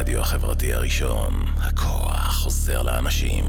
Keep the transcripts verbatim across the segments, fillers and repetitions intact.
הרדיו החברתי הראשון, הכוח חוזר לאנשים.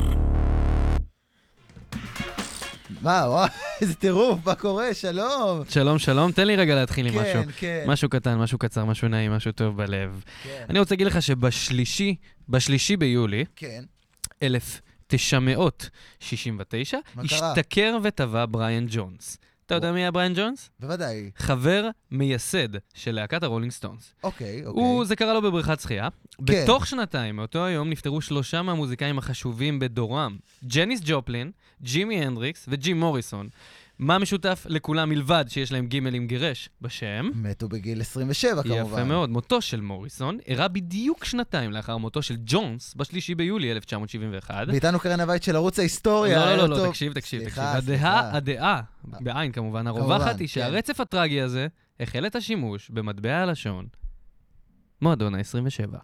מה, וואו, איזה טירוף, מה קורה? שלום. שלום, שלום, תן לי רגע להתחיל עם כן, משהו. כן. משהו קטן, משהו קצר, משהו נעים, משהו טוב בלב. כן. אני רוצה להגיד לך שבשלישי, בשלישי ביולי, כן. אלף תשע מאות שישים ותשע, מה קרה? השתכר וטבע בריאן ג'ונס. אתה יודע מי היה בריאן ג'ונס? בוודאי. חבר מייסד של להקת הרולינג סטונס. אוקיי, אוקיי. הוא, זה קרה לו בבריכת שחייה. בתוך שנתיים, מאותו היום, נפטרו שלושה מהמוזיקאים החשובים בדורם. ג'ניס ג'ופלין, ג'ימי הנדריקס וג'ים מוריסון. מה משותף לכולם מלבד שיש להם גימל עם גירש בשם? מתו בגיל עשרים ושבע, כמובן. יפה מאוד. מותו של מוריסון אירע בדיוק שנתיים לאחר מותו של ג'ונס בשלישי ביולי אלף תשע מאות שבעים ואחת. ואיתנו קרן הבית של ערוץ ההיסטוריה. לא, לא, לא, לא, טוב. תקשיב, תקשיב, תקשיב. סליחה, הדעה, סליחה. הדעה, בעין כמובן, הרווחת היא שהרצף הטרגי הזה החל את השימוש במטבע הלשון מועדון ה-עשרים ושבע.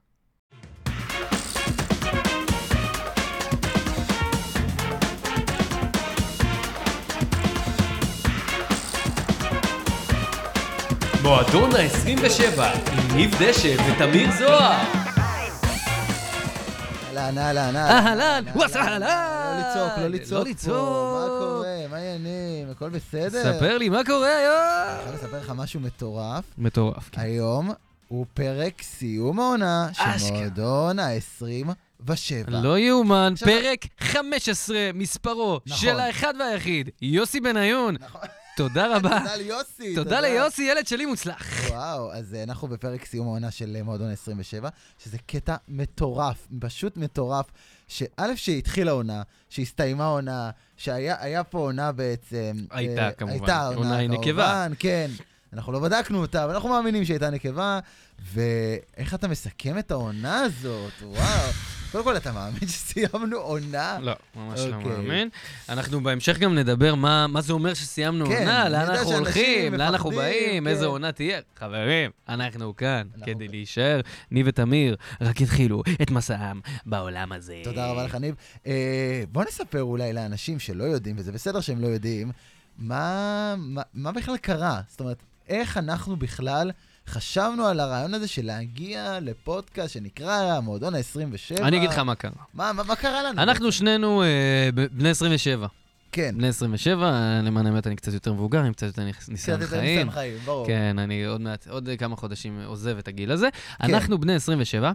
מועדון ה-עשרים ושבע עם ניב דשא ותמיר זוהר. אהלן, אהלן, אהלן, וסהלן. לא לצעוק, לא לצעוק לא פה. לצעוק. מה קורה? מה העניינים? הכל בסדר? ספר לי, מה קורה היום? אני יכול לספר לך משהו מטורף. מטורף. היום הוא פרק סיום העונה של אשכרה. מועדון ה-עשרים ושבע. לא יאומן, עכשיו- פרק חמש עשרה מספרו נכון. של האחד והיחיד, יוסי בניון. נכון. תודה רבה. תודה ליוסי. תודה ליוסי, ילד שלי מוצלח. וואו, אז אה, אנחנו בפרק סיום העונה של אה, מועדון ה-עשרים ושבע, שזה קטע מטורף, פשוט מטורף, שא' שהתחילה העונה, שהסתיימה העונה, שהיה היה פה עונה בעצם... הייתה, אה, כמובן. הייתה עונה היא כמובן, נקבה. כן. אנחנו לא בדקנו אותה, אבל אנחנו מאמינים שהייתה נקבה, ואיך אתה מסכם את העונה הזאת? וואו. קודם כל, אתה מאמין שסיימנו עונה? לא, ממש לא אוקיי. מאמין. אנחנו בהמשך גם נדבר מה מה זה אומר שסיימנו כן, עונה, אני לאן יודע אנחנו שאנשים הולכים, לאן אנחנו מפחדים, באים, כן. איזה עונה תהיה. חברים, אנחנו כאן אנחנו כדי כאן. להישאר. ניב ותמיר רק התחילו את מסעם בעולם הזה. תודה רבה לך, ניב. אה, בוא נספר אולי לאנשים שלא יודעים, וזה בסדר שהם לא יודעים, מה, מה, מה בכלל קרה? זאת אומרת, איך אנחנו בכלל חשבנו על הרעיון הזה של להגיע לפודקאסט שנקרא מועדון ה-עשרים ושבע? אני אגיד לך מה קרה. מה, מה, מה קרה לנו? אנחנו בעצם? שנינו אה, ב- בני עשרים ושבע. כן. בני עשרים ושבע, למען האמת אני קצת יותר מבוגר, עם קצת יותר ניסיון קצת יותר חיים. ניסיון חיים, ברור. כן, אני עוד מעט, עוד כמה חודשים עוזב את הגיל הזה. אנחנו בני עשרים ושבע,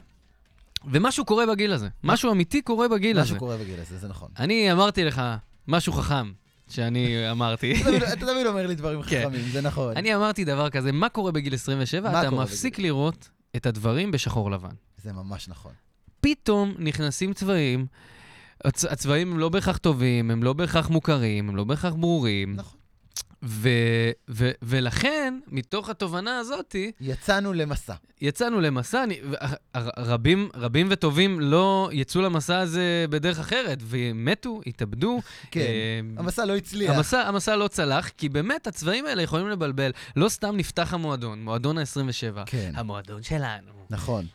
ומשהו קורה בגיל הזה. משהו אמיתי קורה בגיל הזה. משהו קורה בגיל הזה, זה נכון. אני אמרתי לך משהו חכם שאני אמרתי. אתה תמיד- אתה תמיד אומר לי דברים כן. חכמים, זה נכון. אני אמרתי דבר כזה, מה קורה בגיל עשרים ושבע? מה אתה קורה מפסיק לראות את הדברים בשחור לבן. זה ממש נכון. פתאום נכנסים צבעים, הצ- הצבעים הם לא בהכרח טובים, הם לא בהכרח מוכרים, הם לא בהכרח ברורים. נכון. ו- ו- ולכן, מתוך התובנה הזאת, יצאנו למסע. יצאנו למסע, אני, ו- ר- רבים, רבים וטובים לא יצאו למסע הזה בדרך אחרת, ומתו, התאבדו. כן. אה, המסע לא הצליח. המסע, המסע לא צלח, כי באמת הצבעים האלה יכולים לבלבל. לא סתם נפתח המועדון, מועדון ה-עשרים ושבע. כן. המועדון שלנו. נכון.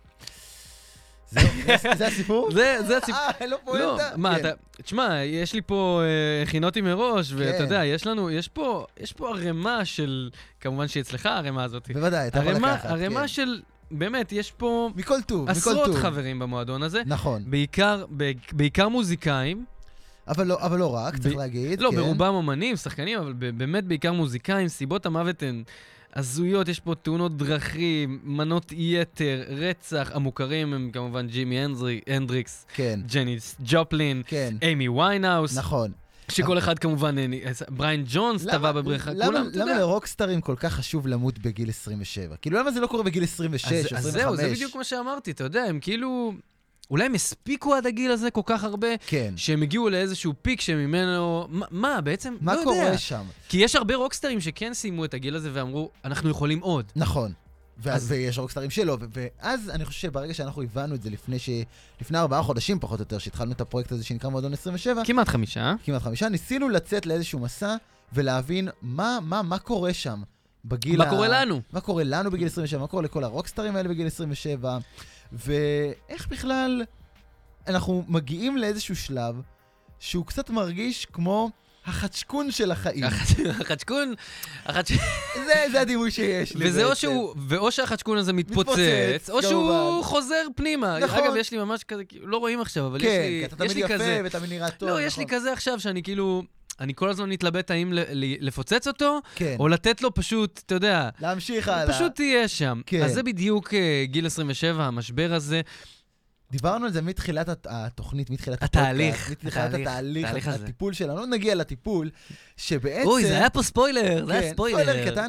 זהו, זה- זה הסיפור? זה, זה הציפ... אה, לא לא, פואנטה? מה, כן. אתה... תשמע, יש לי פה אה, הכינותי מראש, ואתה כן. יודע, יש לנו, יש פה, יש פה ערימה של, כמובן שאצלך הרמה הזאת. בוודאי, אתה יכול ערימה, לקחת. ערימה כן. של, באמת, יש פה מכל טוב, מכל עשרות טוב. חברים במועדון הזה, נכון. בעיקר, ב- בעיקר מוזיקאים, אבל לא, אבל לא רק, צריך ב- להגיד. לא, כן. ברובם אומנים, שחקנים, אבל ב- באמת בעיקר מוזיקאים, סיבות המוות הן הזויות, יש פה תאונות דרכים, מנות יתר, רצח, המוכרים הם כמובן ג'ימי הנדרי- הנדריקס, כן, ג'ניס ג'ופלין, כן, אימי ויינהאוס, נכון. שכל אחד כמובן, אה, בריין ג'ונס למה- טבע בבריכה, למה- כולם, אתה למה יודע. לרוקסטרים כל כך חשוב למות בגיל עשרים ושבע? כאילו, למה זה לא קורה בגיל עשרים ושש, אז- עשרים וחמש? אז זהו, זה בדיוק מה שאמרתי, אתה יודע, הם כאילו, אולי הם הספיקו עד הגיל הזה כל כך הרבה, כן. שהם הגיעו לאיזשהו פיק שממנו, מה, מה בעצם, מה לא יודע. קורה שם? כי יש הרבה רוקסטרים שכן סיימו את הגיל הזה ואמרו, אנחנו יכולים עוד. נכון. ואז אז- ויש רוקסטרים שלו, ו- ואז אני חושב שברגע שאנחנו הבנו את זה לפני ש... לפני ארבעה חודשים פחות או יותר, שהתחלנו את הפרויקט הזה שנקרא מועדון עשרים ושבע, כמעט חמישה. כמעט חמישה, ניסינו לצאת לאיזשהו מסע ולהבין מה, מה, מה קורה שם בגיל מה קורה לנו? מה קורה לנו בגיל עשרים ושבע, מה קורה לכל הרוקסטרים האלה בגיל עשרים ושבע, ואיך בכלל אנחנו מגיעים לאיזשהו שלב שהוא קצת מרגיש כמו החדשקון של החיים. החדשקון, החדשקון... זה הדימוי שיש לי בעצם. ואו שהחדשקון הזה מתפוצץ, או שהוא חוזר פנימה. אגב, יש לי ממש כזה, לא רואים עכשיו, אבל יש לי כזה... כן, אתה תמיד יפה ואתה נראה טוב. לא, יש לי כזה עכשיו שאני כאילו... אני כל הזמן מתלבט האם לפוצץ אותו, או לתת לו פשוט, אתה יודע... להמשיך הלאה. פשוט תהיה שם. אז זה בדיוק גיל עשרים ושבע, המשבר הזה. דיברנו על זה מתחילת התוכנית, מתחילת התהליך. מתחילת התהליך, הטיפול שלנו. נגיע לטיפול, שבעצם... אוי, זה היה פה ספוילר, זה היה ספוילר. ספוילר קטן,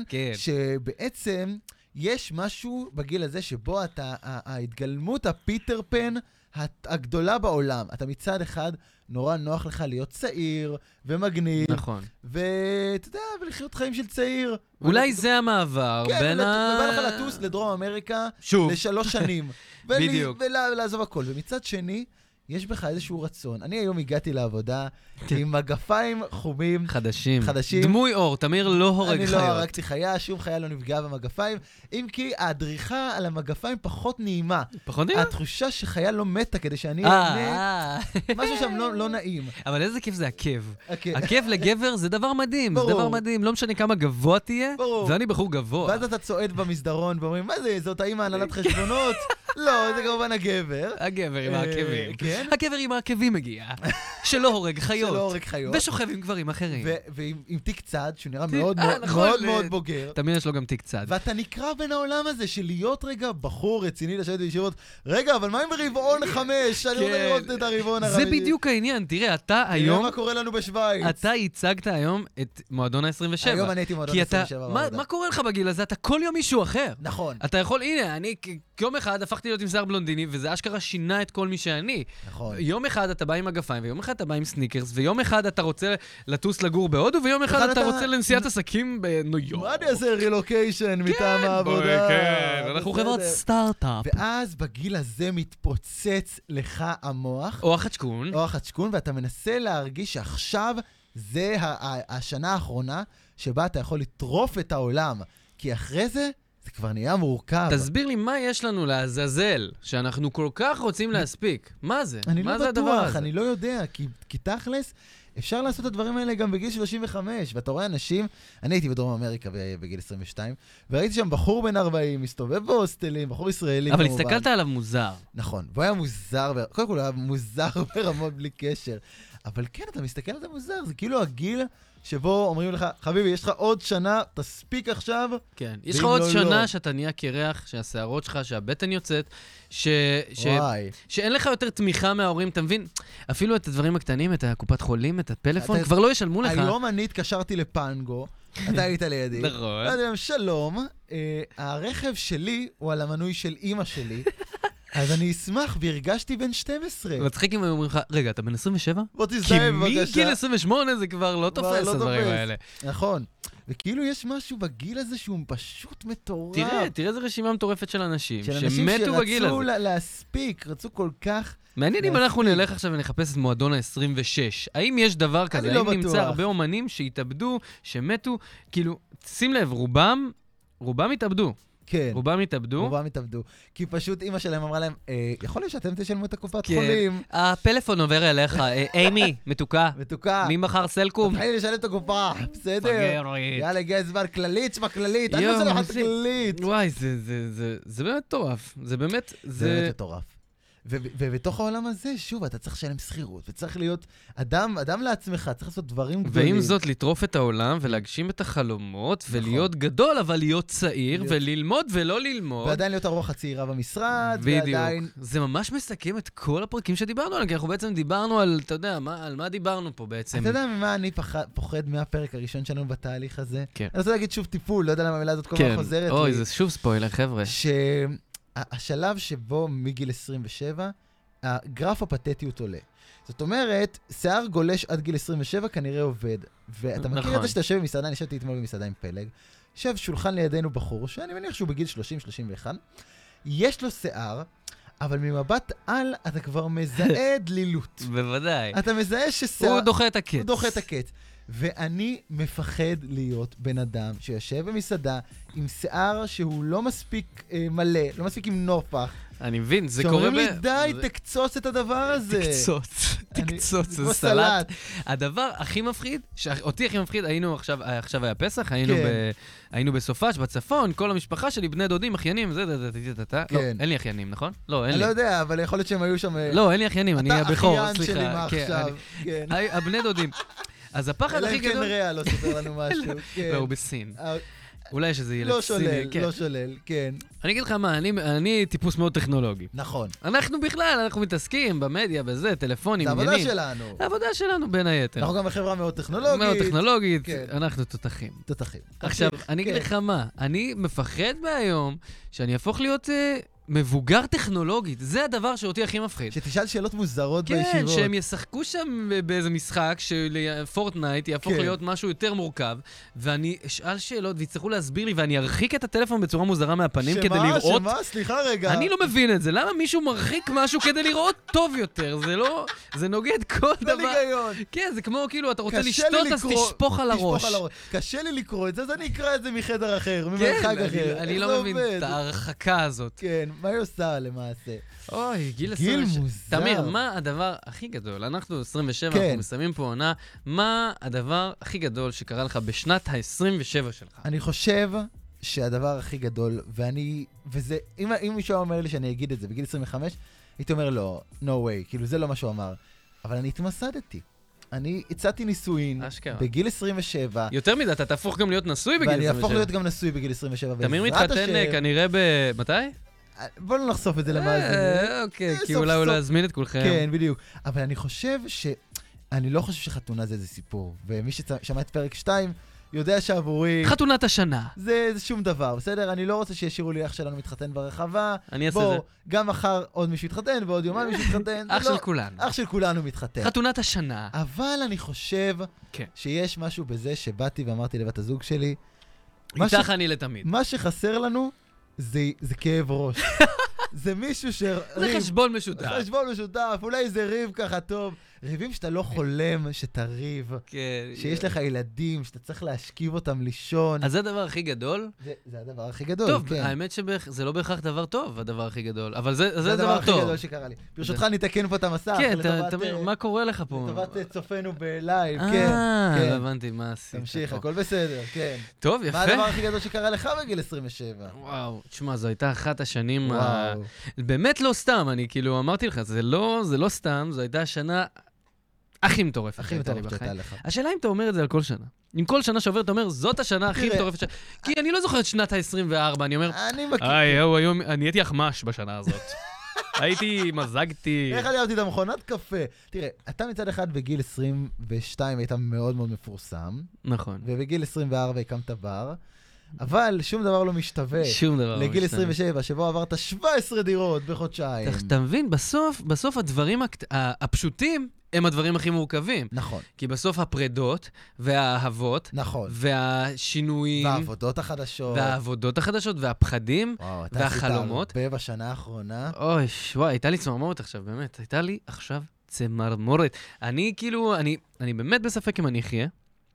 שבעצם יש משהו בגיל הזה שבו אתה, ההתגלמות, הפיטר פן, הגדולה בעולם. אתה מצד אחד נורא נוח לך להיות צעיר ומגניב. נכון. ואתה יודע, ולחיות חיים של צעיר. אולי זה המעבר בין ה... ובא לך לטוס לדרום אמריקה שוב. לשלוש שנים. בדיוק. ולעזוב הכל. ומצד שני, יש בך איזשהו רצון. אני היום הגעתי לעבודה עם מגפיים חומים. חדשים. חדשים. דמוי אור, תמיר לא הורג חיות. אני לא הרגתי חיה, שום חיה לא נפגעה במגפיים. אם כי הדריכה על המגפיים פחות נעימה. פחות נעימה? התחושה שחיה לא מתה כדי שאני אענה, משהו שם לא נעים. אבל איזה כיף זה עקב. עקב לגבר זה דבר מדהים. זה דבר מדהים. לא משנה כמה גבוה תהיה, ואני בחור גבוה. ואז אתה צועד במסדרון ואומרים, מה זה, זאת האמא הנהלת חשבונות? לא, זה כמובן הגבר. הגבר עם העקבים. הגבר עם העקבים מגיע, שלא הורג חיות. שלא הורג חיות. ושוכב עם גברים אחרים. ועם תיק צד, שהוא נראה מאוד מאוד מאוד בוגר. תמיד יש לו גם תיק צד. ואתה נקרא בין העולם הזה, של להיות רגע בחור רציני לשבת בישיבות, רגע, אבל מה עם רבעון חמש? אני רוצה לראות את הרבעון הרביעי. זה בדיוק העניין, תראה, אתה היום... תראה מה קורה לנו בשוויץ. אתה הצגת היום את מועדון ה-עשרים ושבע. היום אני הייתי מועדון ה-עשרים ושבע. מה קורה לך בגיל הזה? אתה כל יום מישהו אחר. נכון. אתה יכול, הנה, אני יום אחד הפכתי להיות עם שיער בלונדיני, וזה אשכרה שינה את כל מי שאני. נכון. יום אחד אתה בא עם מגפיים, ויום אחד אתה בא עם סניקרס, ויום אחד אתה רוצה לטוס לגור בהודו, ויום אחד אתה רוצה לנסיעת עסקים בניו יורק. מה אני אעשה רילוקיישן מטעם העבודה? כן, אנחנו חברות סטארט-אפ. ואז בגיל הזה מתפוצץ לך המוח. או החדשקון. או החדשקון, ואתה מנסה להרגיש שעכשיו זה השנה האחרונה שבה אתה יכול לטרוף את העולם. כי אחרי זה, זה כבר נהיה מורכב. תסביר לי מה יש לנו לעזאזל, שאנחנו כל כך רוצים להספיק. מה זה? אני מה לא זה הדבר בטוח, הזה? אני לא יודע, כי, כי תכלס, אפשר לעשות את הדברים האלה גם בגיל שלושים וחמש, ואתה רואה אנשים, אני הייתי בדרום אמריקה בגיל עשרים ושתיים, וראיתי שם בחור בן ארבעים, מסתובב בהוסטלים, בחור ישראלי. אבל כמובן. הסתכלת עליו מוזר. נכון, והוא היה מוזר, קודם כל הוא היה מוזר ברמות בלי קשר, אבל כן, אתה מסתכל על זה מוזר, זה כאילו הגיל שבו אומרים לך, חביבי, יש לך עוד שנה, תספיק עכשיו. כן, יש לך עוד לא, שנה לא. שאתה נהיה קרח, שהשערות שלך, שהבטן יוצאת, ש... ש... שאין לך יותר תמיכה מההורים, אתה מבין? אפילו את הדברים הקטנים, את הקופת חולים, את הפלאפון, אתה... כבר לא ישלמו לך. היום אני התקשרתי לפנגו, אתה היית לידי. נכון. ואני אומר, שלום, אה, הרכב שלי הוא על המנוי של אמא שלי, אז אני אשמח, והרגשתי בן שתים עשרה. מצחיק אם הם אומרים לך, רגע, אתה בן עשרים ושבע? בוא תזדהה בבקשה. כי מגיל עשרים ושמונה זה כבר לא תופס, הדברים האלה. נכון. וכאילו יש משהו בגיל הזה שהוא פשוט מטורף. תראה, תראה איזה רשימה מטורפת של אנשים, שמתו בגיל הזה. שרצו להספיק, רצו כל כך... מעניין אם אנחנו נלך עכשיו ונחפש את מועדון ה-עשרים ושש. האם יש דבר כזה? האם נמצא הרבה אומנים שהתאבדו, שמתו? כאילו, שים לב, רובם, רובם התאבדו. כן. רובם התאבדו? רובם התאבדו. כי פשוט אמא שלהם אמרה להם, יכול להיות שאתם תשלמו את הקופת חולים. הפלאפון עובר אליך. אימי, מתוקה. מתוקה. מי מחר סלקום? תתחילי לשלם את הקופה, בסדר. פגרית. יאללה, הגיע הזמן, כללית, שמה כללית. אני רוצה לך את כללית. וואי, זה באמת מטורף. זה באמת... זה באמת מטורף. ובתוך העולם הזה, שוב, אתה צריך לשלם שכירות, וצריך להיות אדם, אדם לעצמך, צריך לעשות דברים גדולים. ועם זאת, לטרוף את העולם ולהגשים את החלומות, ולהיות גדול, אבל להיות צעיר, וללמוד ולא ללמוד. ועדיין להיות הרוח הצעירה במשרד, ועדיין... בדיוק. זה ממש מסכם את כל הפרקים שדיברנו עליהם, כי אנחנו בעצם דיברנו על, אתה יודע, על מה דיברנו פה בעצם. אתה יודע ממה אני פוחד מהפרק הראשון שלנו בתהליך הזה? כן. אני רוצה להגיד שוב טיפול, לא יודע למה המילה הזאת כל כך חוזרת לי. אוי, זה שוב ספוילר, חבר'ה. ש... השלב שבו מגיל עשרים ושבע, הגרף הפתטיות עולה. זאת אומרת, שיער גולש עד גיל עשרים ושבע כנראה עובד. ואתה מכיר את זה שאתה יושב במסעדה, אני ישבתי אתמול במסעדה עם פלג, יושב שולחן לידינו בחור, שאני מניח שהוא בגיל שלושים שלושים ואחת, יש לו שיער, אבל ממבט על אתה כבר מזהה דלילות. בוודאי. אתה מזהה ששיער... הוא דוחה את הקץ. הוא דוחה את הקץ. ואני מפחד להיות בן אדם שיושב במסעדה עם שיער שהוא לא מספיק אה, מלא, לא מספיק עם נופח. אני מבין, זה קורה ב... שאומרים לי, די, תקצוץ את הדבר הזה. תקצוץ. תקצוץ, זה סלט. הדבר הכי מפחיד, אותי הכי מפחיד, היינו עכשיו, עכשיו היה פסח, היינו בסופש, בצפון, כל המשפחה שלי, בני דודים, אחיינים, זה, זה, זה, זה, זה, לא, אין לי אחיינים, נכון? לא, אין לי. אני לא יודע, אבל יכול להיות שהם היו שם... לא, אין לי אחיינים, אני הבכור, אתה אחיין שלי מעכשיו, כן. הבני דודים. אז הפחד הכי גדול... אלא אם כן רע לא סופר לנו משהו, כן. והוא בסין. אולי יש איזה ילד לא סיני. שולל, לא שולל, כן. אני אגיד לך מה, אני, אני טיפוס מאוד טכנולוגי. נכון. אנחנו בכלל, אנחנו מתעסקים במדיה, בזה, טלפונים, עניינים. זה העבודה שלנו. זה העבודה שלנו בין היתר. אנחנו גם בחברה מאוד טכנולוגית. מאוד טכנולוגית, כן. אנחנו תותחים. תותחים. עכשיו, אני אגיד לך מה, אני מפחד מהיום שאני אהפוך להיות... מבוגר טכנולוגית, זה הדבר שאותי הכי מפחיד. שתשאל שאלות מוזרות כן, בישיבות. כן, שהם ישחקו שם באיזה משחק, שפורטנייט יהפוך כן. להיות משהו יותר מורכב, ואני אשאל שאלות ויצטרכו להסביר לי, ואני ארחיק את הטלפון בצורה מוזרה מהפנים שמה, כדי לראות... שמה? סליחה רגע. אני לא מבין את זה. למה מישהו מרחיק משהו כדי לראות טוב יותר? זה לא... זה נוגד כל דבר. זה היגיון. כן, זה כמו כאילו, אתה רוצה לשתות, אז תשפוך על הראש. קשה לי לקרוא את זה, אז אני אקרא את זה מחדר אחר, ממרחק אחר. אני לא מבין את ההרחקה הזאת. כן, מה היא עושה למעשה? אוי, גיל עשרים ושבע. גיל מוזר. תמיר, מה הדבר הכי גדול? אנחנו עשרים ושבע, אנחנו מסיימים פה עונה. מה הדבר הכי גדול שקרה לך בשנת ה-עשרים ושבע שלך? אני חושב שהדבר הכי גדול, ואני, וזה, אם, אם מישהו אומר לי שאני אגיד את זה בגיל עשרים וחמש, הייתי אומר לא, no way, כאילו זה לא מה שהוא אמר. אבל אני התמסדתי. אני הצעתי נישואין בגיל עשרים ושבע. יותר מזה, אתה תהפוך גם להיות נשוי בגיל עשרים ושבע. ואני אהפוך להיות גם נשוי בגיל עשרים ושבע. תמיר מתחתן כנראה ב... מתי? בואו לא נחשוף את זה למאזינים. אוקיי, כי אולי הוא לא יזמין את כולכם. כן, בדיוק. אבל אני חושב ש... אני לא חושב שחתונה זה איזה סיפור. ומי ששמע את פרק שתיים, יודע שעבורי... חתונת השנה. זה שום דבר, בסדר? אני לא רוצה שישירו לי אח שלנו מתחתן ברחבה. אני אעשה זה. בוא, גם מחר עוד מישהו יתחתן, ועוד יומיים מישהו יתחתן. אח של כולנו. אח של כולנו מתחתן. חתונת השנה. אבל אני חושב שיש משהו בזה שבאתי ואמרתי לבת הזוג שלי, איתך אני לתמיד. מה שחסר לנו זה כאב ראש. זה מישהו ש... זה חשבון משותף. חשבון משותף, אולי זה ריב ככה טוב. ריבים שאתה לא חולם שתריב, שיש לך ילדים, שאתה צריך להשכיב אותם לישון. אז זה הדבר הכי גדול? זה הדבר הכי גדול, טוב, כן. האמת שזה לא בהכרח דבר טוב, הדבר הכי גדול, אבל זה דבר טוב. זה הדבר הכי גדול שקרה לי. ברשותך נתקן פה את המסך. כן, תמיר, מה קורה לך פה? לטובת צופנו בלייב, כן. אה, לא הבנתי מה עשית. תמשיך, הכל בסדר, כן. טוב, יפה. מה הדבר הכי גדול שקרה לך בגיל עשרים ושבע? וואו, תשמע, זו הייתה אחת השנים... באמת לא סתם, אני כאילו אמרתי לך, זה לא סתם, זו הייתה השנה הכי מטורפת. הכי מטורפת שהייתה לך. השאלה אם אתה אומר את זה על כל שנה. אם כל שנה שעוברת, אתה אומר, זאת השנה הכי מטורפת שלה. כי אני לא זוכר את שנת ה-עשרים וארבע, אני אומר, איי, היום, אני הייתי אחמש בשנה הזאת. הייתי, מזגתי. איך אני אהבתי את המכונת קפה? תראה, אתה מצד אחד בגיל עשרים ושתיים היית מאוד מאוד מפורסם. נכון. ובגיל עשרים וארבע הקמת בר. אבל שום דבר לא משתווה. שום דבר לא משתווה. לגיל עשרים ושבע, שבו עברת שבע עשרה דירות בחודשיים. אתה מבין, בסוף, בסוף הדברים הפשוטים הם הדברים הכי מורכבים. נכון. כי בסוף הפרדות והאהבות, נכון. והשינויים, והעבודות החדשות, והעבודות החדשות, והפחדים, וואו, והחלומות. אתה עשית הרבה בשנה האחרונה. אוי, וואי, הייתה לי צמרמורת עכשיו, באמת. הייתה לי עכשיו צמרמורת. אני כאילו, אני, אני באמת בספק אם אני אחיה.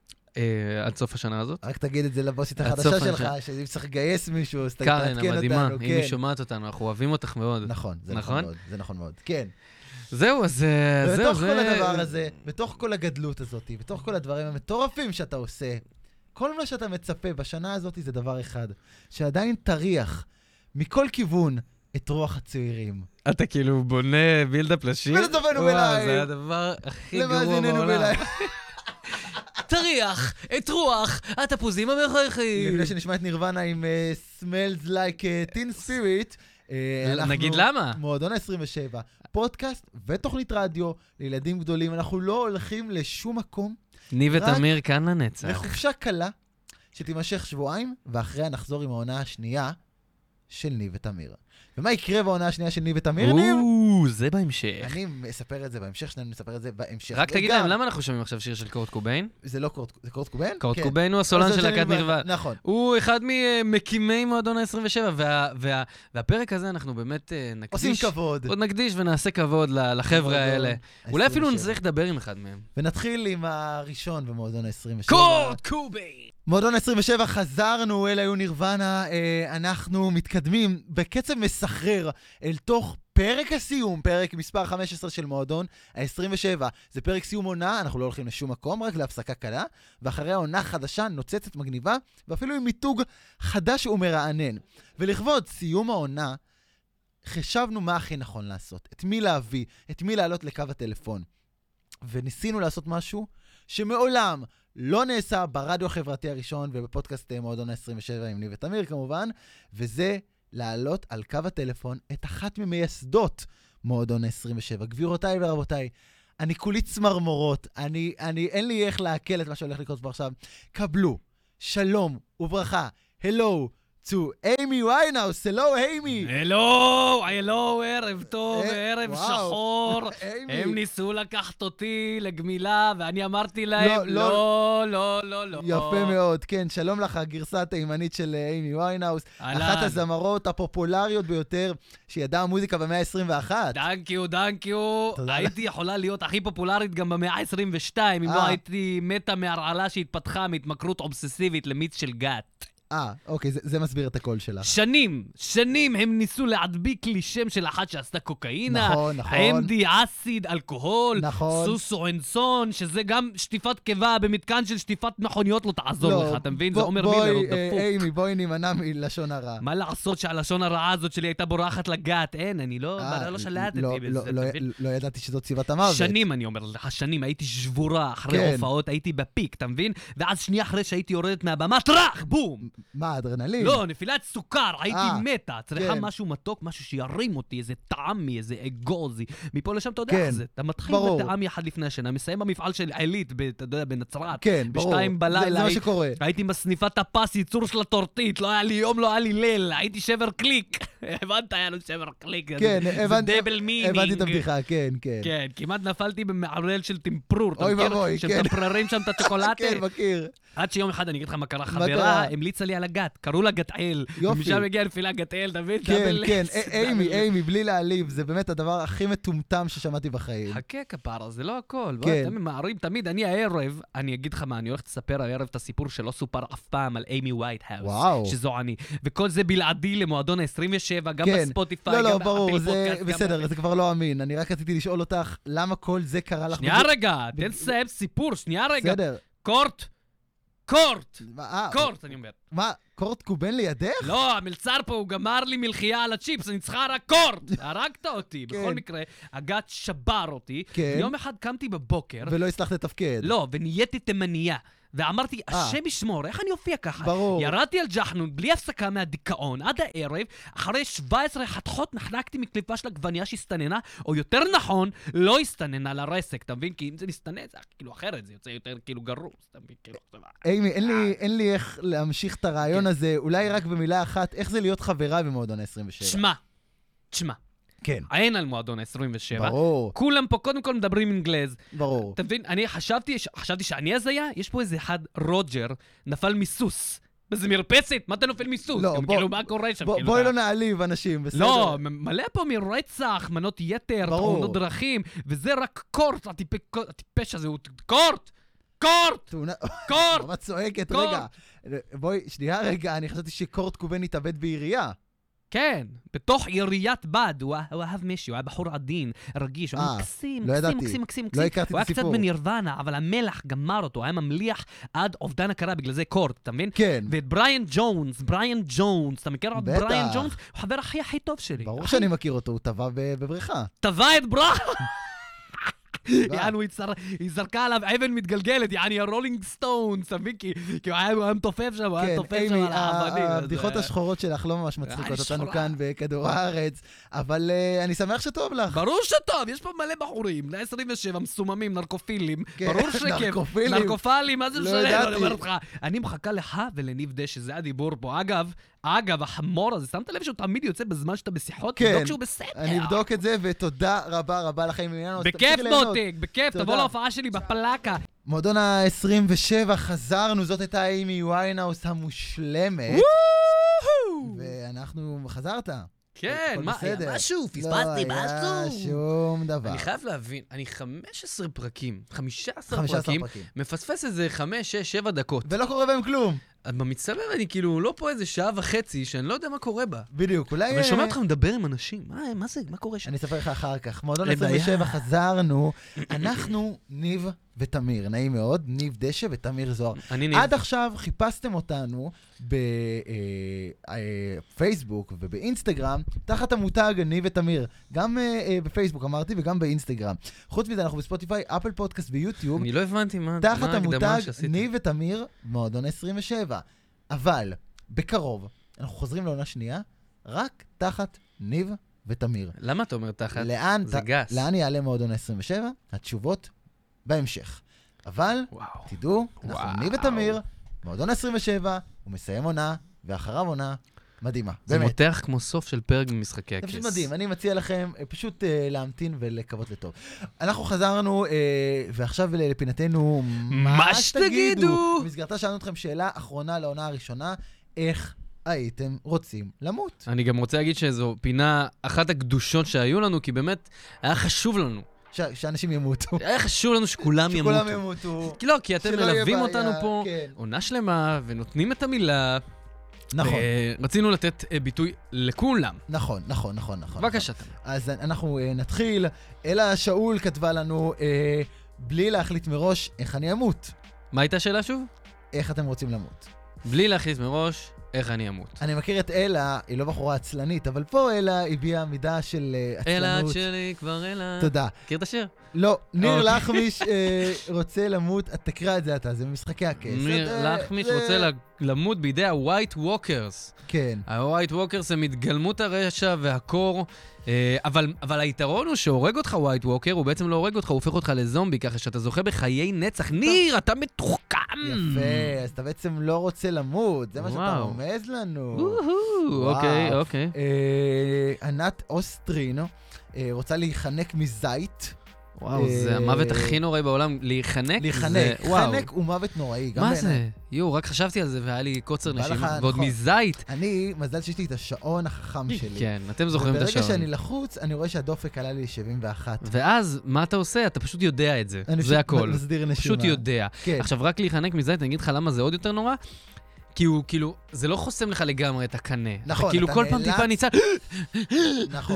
עד סוף השנה הזאת. רק תגיד את זה לבוסית החדשה שלך, שאם צריך לגייס מישהו, אז תעדכן אותנו. קרן, המדהימה, אם היא שומעת אותנו, אנחנו אוהבים אותך מאוד. נכון, זה נכון מאוד, זה נכון מאוד, כן. זהו, אז זהו, זה... ובתוך כל הדבר הזה, בתוך כל הגדלות הזאת, בתוך כל הדברים המטורפים שאתה עושה, כל מה שאתה מצפה בשנה הזאת זה דבר אחד, שעדיין תריח מכל כיוון את רוח הצעירים. אתה כאילו בונה בילדאפ לשיר? ולצופנו בלייב. זה הדבר הכי גרוע בעולם. תריח את רוח התפוזים המחייכים. לפני שנשמע את נירוונה עם uh, Smells Like a Teen Spirit, uh, נגיד למה? מועדון ה-עשרים ושבע, פודקאסט ותוכנית רדיו לילדים גדולים. אנחנו לא הולכים לשום מקום. ניב ותמיר כאן לנצח. לחופשה קלה שתימשך שבועיים, ואחריה נחזור עם העונה השנייה של ניב ותמיר. ומה יקרה בעונה השנייה של ניב ותמיר? או, זה בהמשך. אני אספר את זה בהמשך, שנינו נספר את זה בהמשך. רק תגיד להם, למה אנחנו שומעים עכשיו שיר של קורט קוביין? זה לא קורט, זה קורט קוביין? קורט קוביין הוא הסולן של להקת נירוונה. נכון. הוא אחד ממקימי מועדון ה-עשרים ושבע, והפרק הזה אנחנו באמת נקדיש... עושים כבוד. עוד נקדיש ונעשה כבוד לחבר'ה האלה. אולי אפילו נצטרך לדבר עם אחד מהם. ונתחיל עם הראשון במועדון ה-עשרים ושבע. קורט קוביין! מועדון עשרים ושבע, חזרנו, אלה היו נירוונה, אה, אנחנו מתקדמים בקצב מסחרר אל תוך פרק הסיום, פרק מספר חמש עשרה של מועדון, ה-עשרים ושבע, זה פרק סיום עונה, אנחנו לא הולכים לשום מקום, רק להפסקה קלה, ואחרי העונה חדשה, נוצצת מגניבה, ואפילו עם מיתוג חדש ומרענן. ולכבוד סיום העונה, חשבנו מה הכי נכון לעשות, את מי להביא, את מי לעלות לקו הטלפון. וניסינו לעשות משהו שמעולם לא נעשה ברדיו החברתי הראשון ובפודקאסט מועדון ה-עשרים ושבע עם ניב ותמיר כמובן, וזה לעלות על קו הטלפון את אחת ממייסדות מועדון ה-עשרים ושבע. גבירותיי ורבותיי, אני כולי צמרמורות, אני, אני, אין לי איך להקל את מה שהולך לקרות פה עכשיו. קבלו, שלום וברכה, hello, to אימי ויינהאוס, הלו אימי. הלו, הלו, ערב טוב, ערב שחור. הם ניסו לקחת אותי לגמילה, ואני אמרתי להם, לא, לא, לא, לא. יפה מאוד, כן, שלום לך, הגרסה התימנית של אימי ויינהאוס, אחת הזמרות הפופולריות ביותר שידעה מוזיקה במאה ה-עשרים ואחת. דנקיו, דנקיו. הייתי יכולה להיות הכי פופולרית גם במאה ה-עשרים ושתיים, אם לא הייתי מתה מהרעלה שהתפתחה מהתמכרות אובססיבית למיץ של גת. אה, אוקיי, זה, זה מסביר את הקול שלה. שנים, שנים הם ניסו להדביק לי שם של אחת שעשתה קוקאינה. נכון, נכון. אמדי, אסיד, אלכוהול, נכון. סוסו אנסון, שזה גם שטיפת קיבה במתקן של שטיפת מכוניות לא תעזור לא, לך, אתה מבין? בוא, זה אומר בואי, מילר, אה, דפוק. אימי, בואי נימנע מלשון הרע. מה לעשות שהלשון הרעה הזאת שלי הייתה בורחת לגת? אין, אני לא, אה, לא שלטתי לא, בזה, לא, אתה לא, מבין? לא ידעתי שזאת סיבת המוות. שנים, אני אומר לך, שנים, הייתי שבורה אחרי כן. הופעות, הייתי בפיק, אתה מבין? ואז שנייה אחרי שהייתי יורדת מהבמה, טרח, בום! מה, אדרנלין? לא, נפילת סוכר, הייתי אה, מתה. צריכה כן. משהו מתוק, משהו שירים אותי, איזה טעמי, איזה אגוזי. מפה לשם אתה יודע כן, איך זה. אתה מתחיל ברור. בטעם יחד לפני השינה, מסיים במפעל של עילית, ב- אתה יודע, בנצרת. כן, ברור. בשתיים בלילה. זה, זה מה הי- שקורה. הייתי בסניפת הפס, ייצור של הטורטית, לא היה לי יום, לא היה לי ליל, הייתי שבר קליק. הבנת, היה לו שבר קליק. כן, זה הבנתי, דבל מינינג. הבנתי את הבדיחה, כן, כן. כן, כמעט נפלתי במערל של טמפרור. אתה אוי מכיר? ואבוי, כן. שמטמפררים שם את הצ'וקולטה. כן, מכיר. עד שיום אחד, אני אגיד לך מה קרה, מה חברה קרה? המליצה לי על הגת, קראו לה גתאל. יופי. ומשם הגיעה נפילה גתאל, אתה מבין? כן, דאבל כן, אקס, א- אימי, דאבל אקס. אימי, בלי להעליב, זה באמת הדבר הכי מטומטם ששמעתי בחיים. חכה כפרה, זה לא הכל. כן. בוא, אתם ממהרים תמיד, אני הערב, אני אגיד לך מה, אני הולך לספר הערב את הסיפור שלא סופר אף פעם על אימי וייטהאוס. וואו. שזו אני. וכל זה בלעדי למועדון ה-עשרים ושבע, גם כן. בספוטיפיי, לא, גם לא, ברור, באפל זה פודקאסט, גם בסדר, ב- זה כבר לא אמין. אני רק רציתי לשאול אותך, למה כל זה קרה לך? שנייה בדיוק- רגע, תן לסיים סיפור, שנייה רגע. בסדר. קורט, קורט, מה, אה, קורט, אני אומר. מה, קורט קובן לידך? לא, המלצר פה הוא גמר לי מלחייה על הצ'יפס, אני צריכה רק קורט. הרגת אותי. כן. בכל מקרה, הגת שבר אותי. כן. ויום אחד קמתי בבוקר, ולא הצלחת לתפקד. לא, ונהייתי תימניה. ואמרתי, אה. השם ישמור, איך אני אופיע ככה? ברור. ירדתי על ג'חנון בלי הפסקה מהדיכאון עד הערב, אחרי שבע עשרה חתכות נחנקתי מקליפה של עגבנייה שהסתננה, או יותר נכון, לא הסתננה לרסק, אתה מבין? כי אם זה מסתנן, זה כאילו אחרת, זה יוצא יותר כאילו גרוס, אתה מבין? כאילו, עכשיו... אימי, אין לי, אין לי איך להמשיך את הרעיון כן. הזה, אולי רק במילה אחת, איך זה להיות חברה במועדון ה-עשרים ושבע? שמע, שמע, כן. אין על מועדון ה-עשרים ושבע. ברור, כולם פה קודם כל מדברים אנגלז. ברור. אתה מבין? אני חשבתי, חשבתי שאני הזיה, יש פה איזה אחד, רוג'ר, נפל מסוס. באיזה מרפסת, מה אתה נופל מסוס? לא, גם בוא- כאילו, מה קורה שם? בוא- כאילו, בואי אתה- לא נעליב אנשים, בסדר? לא, מ- מלא פה מרצח, מנות יתר, ברור. תאונות דרכים, וזה רק קורט, הטיפ- הטיפש הזה, הוא קורט! קורט! תאונה... קורט! ממש צועקת, קורט! רגע. בואי, שנייה רגע, אני חשבתי שקורט קובן התאבד בעירייה. כן, בתוך עיריית בד, הוא היה- הוא אהב מישהו, הוא היה בחור עדין, רגיש, הוא היה אה, מקסים, לא מקסים, ידעתי. מקסים, מקסים, לא מקסים. הכרתי הוא את היה קצת הסיפור. בנירוונה, אבל המלח גמר אותו, היה ממליח עד אובדן הכרה, בגלל זה קורט, אתה מבין? כן, ואת בריאן ג'ונס, בריאן ג'ונס, אתה מכיר את בטח. בריאן ג'ונס? הוא חבר הכי הכי טוב שלי. ברור הכי שאני מכיר אותו, הוא טבע ב- בבריכה. טבע את בריאן! יענו, היא צר- היא זרקה עליו אבן מתגלגלת, יעני הרולינג סטונס, אתה מבין? כי כי הוא היה הוא היה מתופף שם, הוא היה כן, מתופף שם אימי, על האבנים. אז, הבדיחות אה, השחורות שלך לא ממש מצחיקות אני אותנו שחורה. כאן בכדור הארץ, אבל אה, אני שמח שטוב לך. ברור שטוב, יש פה מלא בחורים, בני עשרים ושבע, מסוממים, נרקופילים, כן, ברור שכיף. נרקופילים. נרקופלים, מה זה לא משנה? ידעתי. אני אומר לך, אני מחכה לך ולניב דשא, זה הדיבור פה. אגב, אגב, החמור הזה, שמת לב שהוא תמיד יוצא בזמן שאתה בשיחות? כן. תבדוק שהוא בסדר. אני אבדוק את זה, ותודה רבה רבה לכם. עניין, בכיף מותק, בכיף, תודה. תבוא להופעה שלי בפלקה. מועדון ה-עשרים ושבע, חזרנו, זאת הייתה אימי ויינהאוס המושלמת, ואנחנו, חזרת. כן, הכל מה, בסדר. היה משהו? לא פספסתי היה משהו? שום דבר. אני חייב להבין, אני חמש עשרה פרקים, חמישה עשר חמישה עשר פרקים, פרקים. מפספס איזה חמש, שש, שבע דקות. ולא קורה בהם כלום. במצטבר אני כאילו לא פה איזה שעה וחצי, שאני לא יודע מה קורה בה. בדיוק, אולי... אבל שומע אותך מדבר עם אנשים, מה, מה זה? מה קורה שם? אני אספר לך אחר כך. מועדון עשרים ושבע חזרנו, אנחנו ניב ותמיר, נעים מאוד, ניב דשא ותמיר זוהר. אני ניב. עד עכשיו חיפשתם אותנו בפייסבוק ובאינסטגרם, תחת המותג ניב ותמיר. גם בפייסבוק אמרתי וגם באינסטגרם. חוץ מזה אנחנו בספוטיפיי, אפל פודקאסט ויוטיוב. אני לא הבנתי מה תחת המותג שעשית. ניב ותמיר, מועדון עשרים ושבע. אבל בקרוב, אנחנו חוזרים לעונה שנייה, רק תחת ניב ותמיר. למה אתה אומר תחת? לאן, זה ת... גס. לאן יעלה מועדון עשרים ושבע? התשובות בהמשך. אבל, וואו. תדעו, אנחנו וואו. ניב ותמיר, מועדון עשרים ושבע, הוא מסיים עונה, ואחריו עונה מדהימה. זה באמת. מותח כמו סוף של פרק במשחקי זה הכס. פשוט מדהים, אני מציע לכם אה, פשוט אה, להמתין ולקוות לטוב. אנחנו חזרנו, אה, ועכשיו לפינתנו, מה שתגידו. במסגרתה שאלנו אתכם שאלה אחרונה לעונה הראשונה, איך הייתם רוצים למות? אני גם רוצה להגיד שזו פינה, אחת הקדושות שהיו לנו, כי באמת היה חשוב לנו. ש- שאנשים ימותו. היה חשוב לנו שכולם ימותו. שכולם ימותו. כי לא, כי אתם שלא יהיה מלווים בעיה, אותנו פה כן. עונה שלמה, ונותנים את המילה. נכון, רצינו לתת אה, ביטוי לכולם. נכון, נכון, נכון, נכון. בבקשה, תמיר. אז אנחנו אה, נתחיל. אלה שאול כתבה לנו, אה, בלי להחליט מראש איך אני אמות. מה הייתה השאלה שוב? איך אתם רוצים למות? בלי להכריז מראש, איך אני אמות. אני מכיר את אלה, היא לא בחורה עצלנית, אבל פה אלה הביעה מידה של uh, עצלנות. אלה את שלי כבר אלה. תודה. מכיר את השיר? לא, ניר אוקיי. לחמיש אה, רוצה למות, את תקרא את זה אתה, זה במשחקי הכס. ניר זה- לחמיש זה- רוצה ל- למות בידי ה-White Walkers. כן. ה-White Walkers הם התגלמות הרשע והקור, אה, אבל, אבל היתרון הוא שהורג אותך White Walker, הוא בעצם לא הורג אותך, הוא הופך אותך לזומבי, ככה שאתה זוכה בחיי נצח. ניר, אתה מתוחכם! יפה, אז אתה בעצם לא רוצה למות, זה מה שאתה וואו. רומז לנו. וואו, אוקיי, אוקיי. אה, ענת אוסטרינו אה, רוצה להיחנק מזית. וואו, אה, זה המוות הכי נוראי בעולם. להיחנק? להיחנק. זה- וואו. חנק הוא מוות נוראי, גם מה בעיניי. זה? יואו, רק חשבתי על זה והיה לי קוצר בא לך, נשימה. ועוד נכון. מזית. אני, מזל שיש לי את השעון החכם שלי. כן, אתם זוכרים את וברגע השעון. שאני לחוץ, אני רואה שהדופק עלה לי שבעים ואחת. ואז, מה אתה עושה? אתה פשוט יודע את זה. אני זה פשוט הכל. מסדיר נשימה. פשוט יודע. כן. עכשיו, רק להיחנק מזית, אני אגיד לך למה זה עוד יותר נורא. כי הוא, כאילו, זה לא חוסם לך לגמרי את הקנה. נכון, אתה כאילו אתה כל פעם נאלץ- טיפה ניצל, נכון.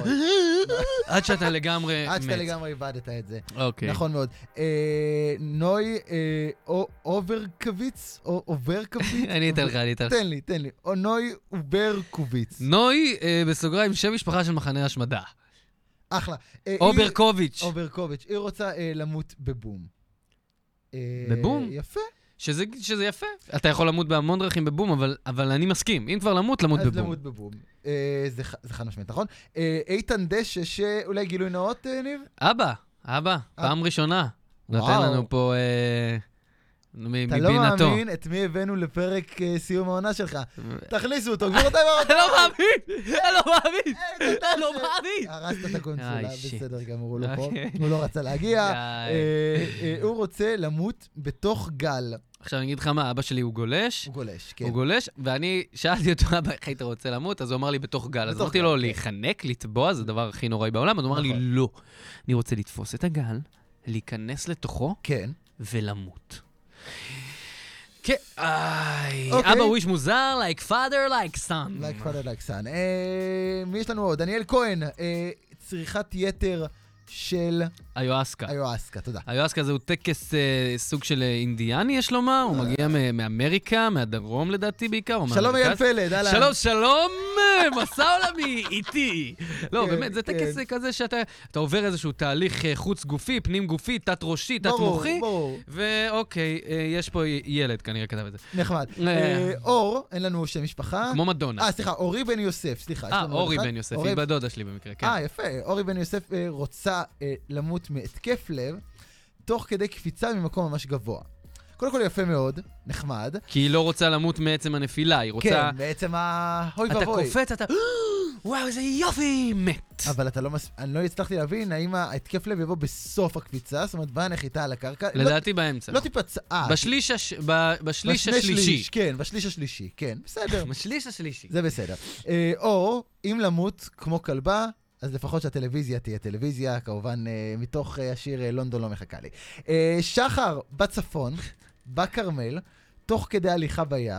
עד שאתה לגמרי עד שאתה מת. לגמרי איבדת את זה. אוקיי. נכון מאוד. אה, נוי אה, או- אוברקוויץ, או אוברקוויץ? אני אתן לך, אני אתן לך. תן לי, תן לי. או נוי אוברקוויץ. נוי, אה, בסוגריים, שם משפחה של מחנה השמדה. אחלה. אה, היא- אוברקוביץ'. אוברקוביץ'. היא רוצה אה, למות בבום. אה, בבום? יפה. שזה, שזה יפה. אתה יכול למות בהמון דרכים בבום, אבל, אבל אני מסכים. אם כבר למות, למות אז בבום. למות בבום. אה, זה ח- זה חד משמעית, נכון? אה, איתן דשא, שאולי גילוי נאות, אה, ניב? אבא, אבא, פעם ראשונה. נותן וואו. לנו פה אה, מ- אתה לא מבינתו. מאמין את מי הבאנו לפרק אה, סיום העונה שלך. תכניסו אותו, גבירותיי אני ורבותיי. לא מאמין! אני לא מאמין! איתן אני לא דשא. מאמין! הרסת את הקונסולה, איי, שיט. בסדר גמור, הוא לא פה. אוקיי. הוא לא רצה להגיע. די. אה, אה, הוא רוצה למות בתוך גל. עכשיו אני אגיד לך מה, אבא שלי הוא גולש, הוא גולש, כן. הוא גולש, ואני שאלתי אותו, אבא, איך היית רוצה למות? אז הוא אמר לי, בתוך גל. אז בתוך אמרתי גל, לו, כן. להיחנק, לטבוע, זה הדבר הכי נוראי בעולם. אז הוא אמר לי, נכון. לא. אני רוצה לתפוס את הגל, להיכנס לתוכו כן. ולמות. כן, איי, אוקיי. אבא הוא איש מוזר, like father, like son. Like father, like son. אה, מי יש לנו עוד? דניאל כהן, אה, צריכת יתר של איואסקה. איואסקה, תודה. איואסקה זהו טקס אה, סוג של אה, אינדיאני, יש לומר, הוא מגיע מ- מאמריקה, מהדרום לדעתי בעיקר, או שלום מהמרכז. אייל פלד, אהלן. שלום, שלום, אה, מסע עולמי, איתי. לא, כן, באמת, זה כן. טקס כזה שאתה אתה עובר איזשהו תהליך אה, חוץ גופי, פנים גופי, תת ראשי, תת ברור, מוחי, ברור. ואוקיי, אה, יש פה י- ילד כנראה כתב את זה. נחמד. אה. אה, אור, אין לנו שם משפחה. כמו מדונה. אה, סליחה, אורי בן יוסף, סליחה. יש אה, לנו עוד אורי אחד. בן יוסף, אורי- היא בדודה שלי במקרה, כן. אה, יפה. אורי בן יוסף אה, רוצה אה, למות מהתקף לב, תוך כדי קפיצה ממקום ממש גבוה. קודם כל יפה מאוד, נחמד. כי היא לא רוצה למות מעצם הנפילה, היא רוצה... כן, בעצם ה... אוי אתה ואבוי. קופץ, אתה... וואו, איזה יופי, מת. אבל אתה לא מס... אני לא הצלחתי להבין האם ההתקף לב יבוא בסוף הקפיצה, זאת אומרת, בנחיתה על הקרקע. לדעתי באמצע. לא תיפצע. אה, בשליש הש- ב- בשליש בשני השלישי. שליש, כן, בשליש השלישי, כן, בסדר. בשליש השלישי. זה בסדר. אה, או, אם למות כמו כלבה, אז לפחות שהטלוויזיה תהיה טלוויזיה, כמובן אה, מתוך אה, השיר אה, לונדון לא מחכה לי. אה, שחר בצפון, בכרמל, תוך כדי הליכה ביער,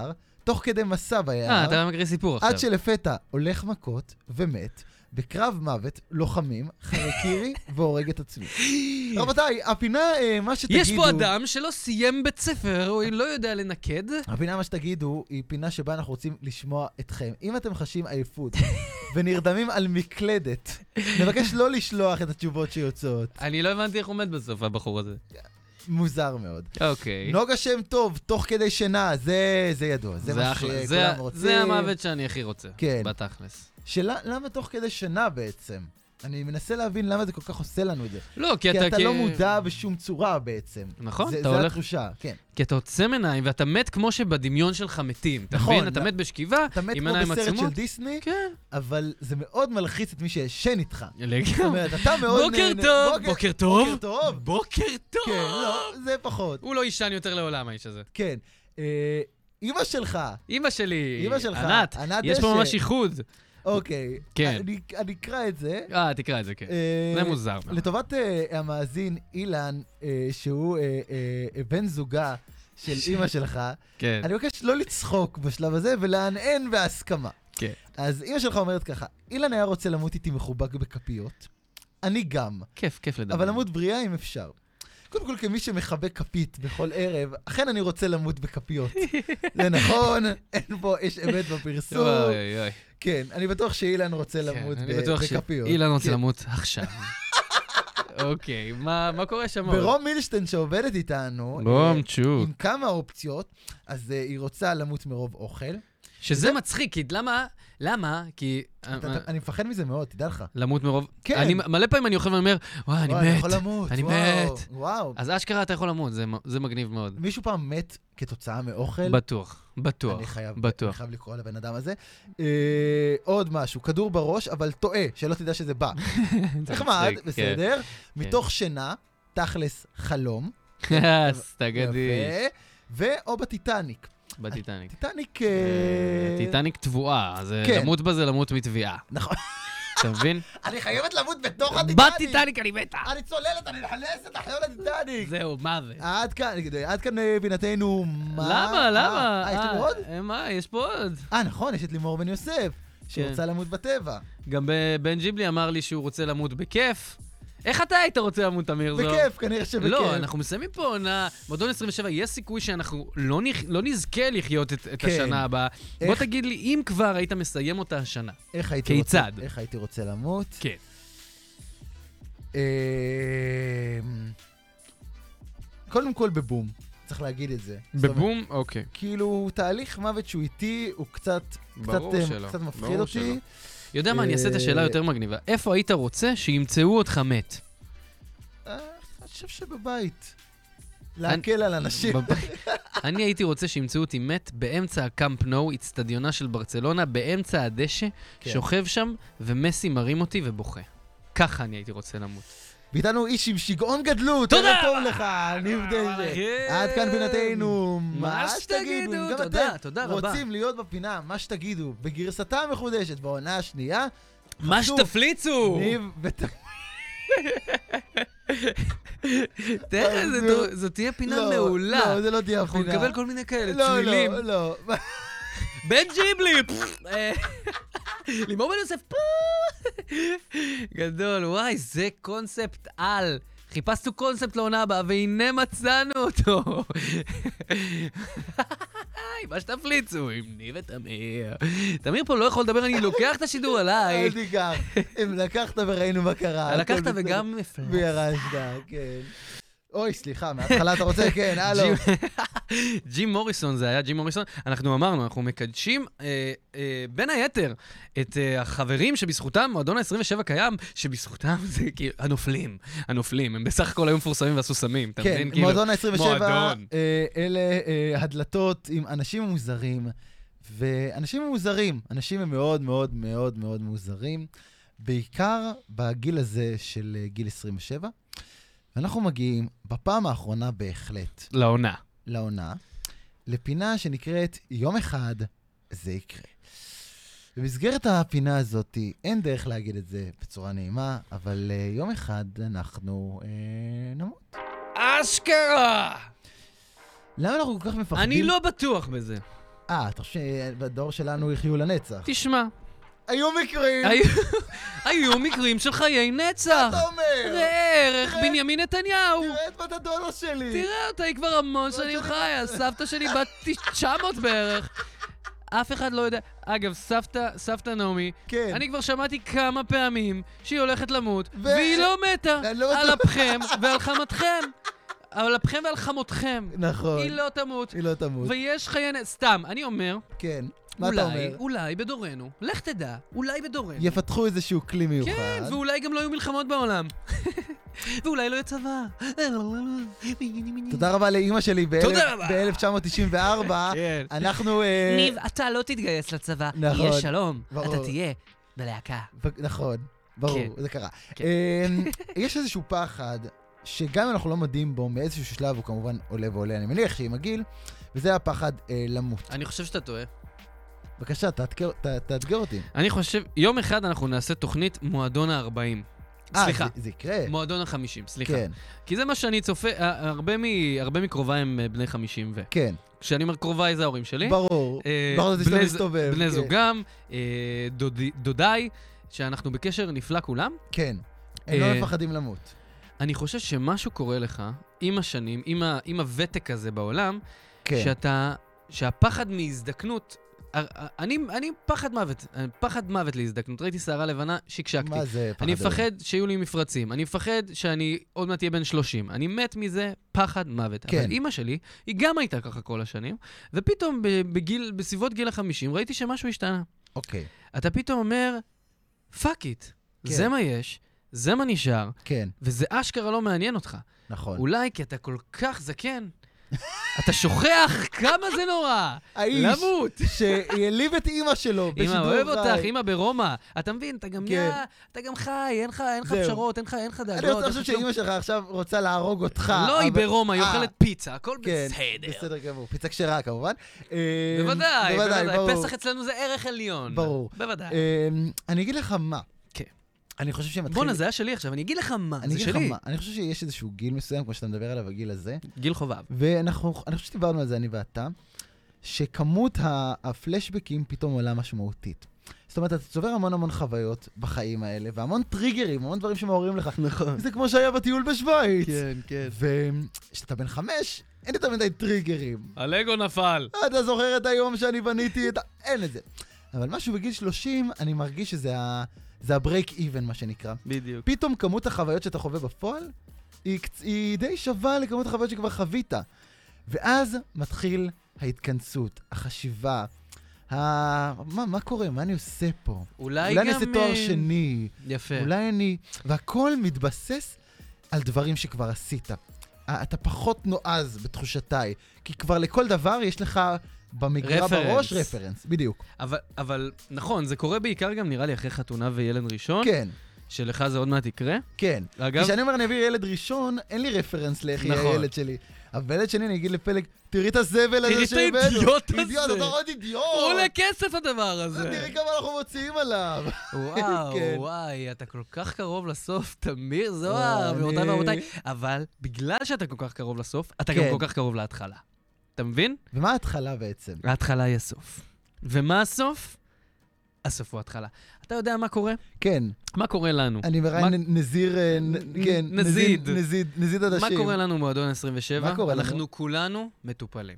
תוך כדי מסע ביער, אה, אתה מקריא סיפור עכשיו. עד שלפתע הולך מכות ומת, בקרב מוות, לוחמים, חרקירי והורג את עצמי. רבותיי, הפינה, מה שתגידו... יש פה אדם שלא סיים בית ספר, הוא לא יודע לנקד. הפינה, מה שתגידו, היא פינה שבה אנחנו רוצים לשמוע אתכם. אם אתם חשים עייפות ונרדמים על מקלדת, נבקש לא לשלוח את התשובות שיוצאות. אני לא הבנתי איך עומד בסוף הבחור הזה. מוזר מאוד. אוקיי. נוגה שם טוב, תוך כדי שינה, זה, זה ידוע. זה, זה מה אחלה. שכולם רוצים. זה המוות שאני הכי רוצה. כן. בתכלס. שאלה, למה תוך כדי שינה בעצם? אני מנסה להבין למה זה כל כך עושה לנו את זה. לא, כי כי אתה... אתה לא מודע בשום צורה בעצם. נכון, זה, אתה זה הולך... התחושה, כן. כי אתה עוצם עיניים ואתה מת כמו שבדמיון שלך מתים. אתה נכון. מבין? אתה מת בשכיבה, אתה מת עם כמו עיניים בסרט עצומות. של דיסני, כן. אבל זה מאוד מלחיץ את מי שישן איתך. לגמרי. זאת אומרת, אתה מאוד... בוקר נ... טוב, בוקר... בוקר טוב. בוקר טוב. בוקר טוב. כן, לא, זה פחות. הוא לא יישן יותר לעולם, האיש הזה. כן. אה, אמא שלך. אמא שלי. אמא שלך. ענת. ענת יש פה ממש איחוד. אוקיי. כן. אני, אני אקרא את זה. אה, תקרא את זה, כן. אה, זה מוזר. לטובת אה, המאזין אילן, אה, שהוא אה, אה, בן זוגה של אמא שלך, כן. אני מבקש לא לצחוק בשלב הזה ולענען בהסכמה. כן. אז אמא שלך אומרת ככה, אילן היה רוצה למות איתי מחובק בכפיות, אני גם, כיף, כיף לדבר. אבל למות בריאה אם אפשר. קודם כל, כמי שמחבק כפית בכל ערב, אכן אני רוצה למות בכפיות. זה נכון, אין פה, יש אמת בפרסום. אוי, אוי. כן, אני בטוח שאילן רוצה כן, למות אני ב- בטוח בכפיות. שאילן רוצה כן. למות עכשיו. אוקיי, מה מה קורה שם? עוד? ורום מילשטיין שעובדת איתנו, רום אה, צ'וק. עם כמה אופציות, אז אה, היא רוצה למות מרוב אוכל. שזה מצחיק, כי למה? למה? כי... אתה- אתה- אני מפחד מזה מאוד, תדע לך. למות מרוב... כן. אני מלא פעמים אני אוכל ואומר, וואי, אני וואי, מת. יכול למות, אני וואו, מת. וואו. אז אשכרה אתה יכול למות, זה- זה מגניב מאוד. מישהו פעם מת כתוצאה מאוכל? בטוח, בטוח, אני חייב, אני בטוח. חייב לקרוא לבן אדם הזה. אה, עוד משהו, כדור בראש, אבל טועה, שלא תדע שזה בא. נחמד, מצחיק, בסדר. מתוך שינה, תכלס חלום. אז תגדיש. יפה. ואו בטיטניק. בטיטניק. טיטניק... אה, אה, טיטניק תבואה, זה כן. למות בזה למות מתביעה. נכון. אתה מבין? אני חייבת למות בתוך הטיטניק. בטיטניק אני מתה. אני צוללת, אני נכנסת אחרי לטיטניק. זהו, מוות. עד כאן, עד כאן אה, פינתנו, מה? למה? למה? אה, יש לנו עוד? אה, מה? יש פה עוד. אה, נכון, יש את לימור בן יוסף, שרוצה למות בטבע. גם ב- בן ג'יבלי אמר לי שהוא רוצה למות בכיף. איך אתה היית רוצה למות, אמיר זוהר? בכיף, כנראה שבכיף. לא, אנחנו מסיימים פה עונה, מועדון עשרים ושבע, יש סיכוי שאנחנו לא, נכ... לא נזכה לחיות את, את כן. השנה הבאה. איך... בוא תגיד לי, אם כבר היית מסיים אותה השנה. איך הייתי כיצד? רוצה, איך הייתי רוצה למות? כן. אה... קודם כל בבום, צריך להגיד את זה. זאת אומרת, בבום? אוקיי. כאילו, תהליך מוות שהוא איטי, הוא קצת, ברור קצת, אה, שלא, קצת מפחיד ברור אותי. שלא. יודע מה, אני אעשה את השאלה יותר מגניבה. איפה היית רוצה שימצאו אותך מת? אה, אני חושב שבבית. להקל על אנשים. בבית. אני הייתי רוצה שימצאו אותי מת באמצע הקאמפ נו, אצטדיונה של ברצלונה, באמצע הדשא, כן. שוכב שם, ומסי מרים אותי ובוכה. ככה אני הייתי רוצה למות. ואיתנו איש עם שגעון גדלות. תודה ערב טוב לך, ניב דשא. עד כאן פינתנו. מה שתגידו. גם תודה, אתם תודה רבה. רוצים להיות בפינה, מה שתגידו, בגרסתה המחודשת, בעונה השנייה. מה חשוב, שתפליצו! ניב ות... תראה, זה דו- זו תהיה פינה לא, מעולה. לא, זה לא תהיה אנחנו הפינה. נקבל כל מיני כאלה, לא, צלילים. לא, לא. בן ג'יבלי! פפפ, אה, לימור בן יוסף, פה! גדול, וואי, זה קונספט על. חיפשנו קונספט לעונה הבאה, והנה מצאנו אותו. מה שתפליצו, עם ניב ותמיר. תמיר פה לא יכול לדבר, אני לוקח את השידור עליי. אל תיקח. אם לקחת וראינו מה קרה. לקחת הכל בסדר. וגם מפלצת. וירשת, כן. אוי, סליחה, מההתחלה אתה רוצה? כן, הלו. ג'ים מוריסון, זה היה ג'ים מוריסון. אנחנו אמרנו, אנחנו מקדשים אה, אה, בין היתר את אה, החברים שבזכותם מועדון ה-עשרים ושבע קיים, שבזכותם זה כאילו הנופלים, הנופלים, הם בסך הכל היו מפורסמים ועשו סמים, אתה כן, מבין? כאילו, מועדון ה-עשרים ושבע, מועדון. אה, אלה אה, הדלתות עם אנשים מוזרים, ואנשים מוזרים, אנשים הם מאוד מאוד מאוד מאוד מוזרים, בעיקר בגיל הזה של אה, גיל עשרים ושבע, ואנחנו מגיעים בפעם האחרונה בהחלט לעונה. לעונה, לפינה שנקראת יום אחד זה יקרה. במסגרת הפינה הזאת, אין דרך להגיד את זה בצורה נעימה, אבל uh, יום אחד אנחנו uh, נמות. אשכרה! למה אנחנו כל כך מפחדים? אני לא בטוח בזה. אה, אתה חושב שבדור שלנו יחיו לנצח. תשמע. היו מקרים. היו מקרים של חיי נצח. מה אתה אומר? ראה ערך בנימין נתניהו. תראה את בת הדולר שלי. תראה אותה, היא כבר המון שנים חיה. סבתא שלי בת תשע מאות בערך. אף אחד לא יודע. אגב, סבתא, סבתא נעמי, כן. אני כבר שמעתי כמה פעמים שהיא הולכת למות, והיא לא מתה. על אפכם ועל חמתכם. על אפכם ועל חמותכם. נכון. היא לא תמות. היא לא תמות. ויש חיי נצח. סתם, אני אומר... כן. מה אתה אומר? אולי, אולי בדורנו, לך תדע, אולי בדורנו. יפתחו איזשהו כלי מיוחד. כן, ואולי גם לא יהיו מלחמות בעולם. ואולי לא יהיה צבא. תודה רבה לאמא שלי ב-אלף תשע מאות תשעים וארבע. כן. אנחנו... ניב, אתה לא תתגייס לצבא. נכון. יהיה שלום. ברור. אתה תהיה בלהקה. נכון, ברור, כן. זה קרה. כן. אמ, יש איזשהו פחד, שגם אם אנחנו לא מודים בו, מאיזשהו שלב הוא כמובן עולה ועולה, אני מניח שעם הגיל, וזה הפחד אה, למות. אני חושב שאתה טועה. בבקשה, תאתגר, ת, תאתגר אותי. אני חושב, יום אחד אנחנו נעשה תוכנית מועדון ה-ארבעים. סליחה. זה, זה יקרה. מועדון ה-חמישים, סליחה. כן. כי זה מה שאני צופה, הרבה, מ, הרבה מקרוביי הם בני חמישים ו... כן. כשאני אומר קרוביי זה ההורים שלי. ברור. אה, ברור, זה בני, מסתובב. בני כן. זוגם, אה, דודי, דודיי, שאנחנו בקשר נפלא כולם. כן. הם אה, לא מפחדים למות. אני חושב שמשהו קורה לך עם השנים, עם, ה, עם הוותק הזה בעולם, כן. שאתה, שהפחד מהזדקנות, אני, אני פחד מוות, פחד מוות להזדקנות. ראיתי שערה לבנה, שקשקתי. מה זה פחד? אני מפחד שיהיו לי מפרצים. אני מפחד שאני עוד מעט אהיה בן שלושים. אני מת מזה, פחד מוות. כן. אבל אמא שלי, היא גם הייתה ככה כל השנים, ופתאום בגיל, בסביבות גיל החמישים, ראיתי שמשהו השתנה. אוקיי. אתה פתאום אומר, פאק איט, כן. זה מה יש, זה מה נשאר, כן. וזה אשכרה לא מעניין אותך. נכון. אולי כי אתה כל כך זקן, אתה שוכח כמה זה נורא. האיש למות. שהעליב את אימא שלו בשידור אמא חי. אוהב אותך, אמא ברומא. אתה מבין, אתה גם כן. נהיה, אתה גם חי, אין לך, אין לך זהו. פשרות, אין לך, אין לך דאגות. אני רוצה אין לחשוב לך כלום. שאימא שלך עכשיו רוצה להרוג אותך. לא, היא אבל- ברומא, היא אה, אוכלת פיצה, הכל כן, בסדר. בסדר גמור. פיצה כשרה כמובן. אה, בוודאי, בוודאי. ברור. פסח אצלנו זה ערך עליון. ברור. בוודאי. אה, אני אגיד לך מה. כן. אני חושב שמתחיל... בואנה, זה היה שלי עכשיו, אני אגיד לך מה, אני זה אגיד לך שלי. מה. אני חושב שיש איזשהו גיל מסוים, כמו שאתה מדבר עליו, הגיל הזה. גיל חובב. ואנחנו, אני חושב שדיברנו על זה, אני ואתה, שכמות ה- הפלשבקים פתאום עולה משמעותית. זאת אומרת, אתה צובר המון המון חוויות בחיים האלה, והמון טריגרים, המון דברים שמעוררים לך. נכון. זה כמו שהיה בטיול בשוויץ. כן, כן. וכשאתה בן חמש, אין יותר מדי טריגרים. הלגו נפל. אתה זוכר את היום שאני בניתי את ה... אין את זה. אבל משהו בגיל שלושים, אני מרגיש שזה ה... זה ה-break even, מה שנקרא. בדיוק. פתאום כמות החוויות שאתה חווה בפועל, היא, היא די שווה לכמות החוויות שכבר חווית. ואז מתחיל ההתכנסות, החשיבה, ה... מה, מה קורה? מה אני עושה פה? אולי אולי גם... אני אעשה תואר אה, שני. יפה. אולי אני... והכל מתבסס על דברים שכבר עשית. אתה פחות נועז בתחושותיי, כי כבר לכל דבר יש לך במגרה רפרנס. בראש רפרנס, בדיוק. אבל, אבל נכון, זה קורה בעיקר גם נראה לי אחרי חתונה וילד ראשון, כן, שלך זה עוד מעט יקרה. כן. אגב, כשאני אומר אני אביא ילד ראשון, אין לי רפרנס לאיך יהיה נכון. הילד שלי. אבל בילד שני אני אגיד לפלג, תראי את הזבל הזה תראי את שהבאנו. האידיוט הזה. אידיוט, אתה עוד אידיוט. הוא עולה כסף הדבר הזה. תראי כמה אנחנו מוציאים עליו. וואו, כן. וואי, אתה כל כך קרוב לסוף, תמיר זוהר, אני- גבירותיי ורבותיי. אבל בגלל שאתה כל כך קרוב לסוף, אתה גם כן. כל כך קרוב להתחלה. אתה מבין? ומה ההתחלה בעצם? ההתחלה היא הסוף. ומה הסוף? הסוף הוא ההתחלה. אתה יודע מה קורה? כן, מה קורה לנו? אני מה- מראיין נ- נזיר, אה, נ- כן, נזיד. נזיד, נזיד עדשים. מה קורה לנו מועדון עשרים ושבע? מה קורה לנו? אנחנו כולנו מטופלים.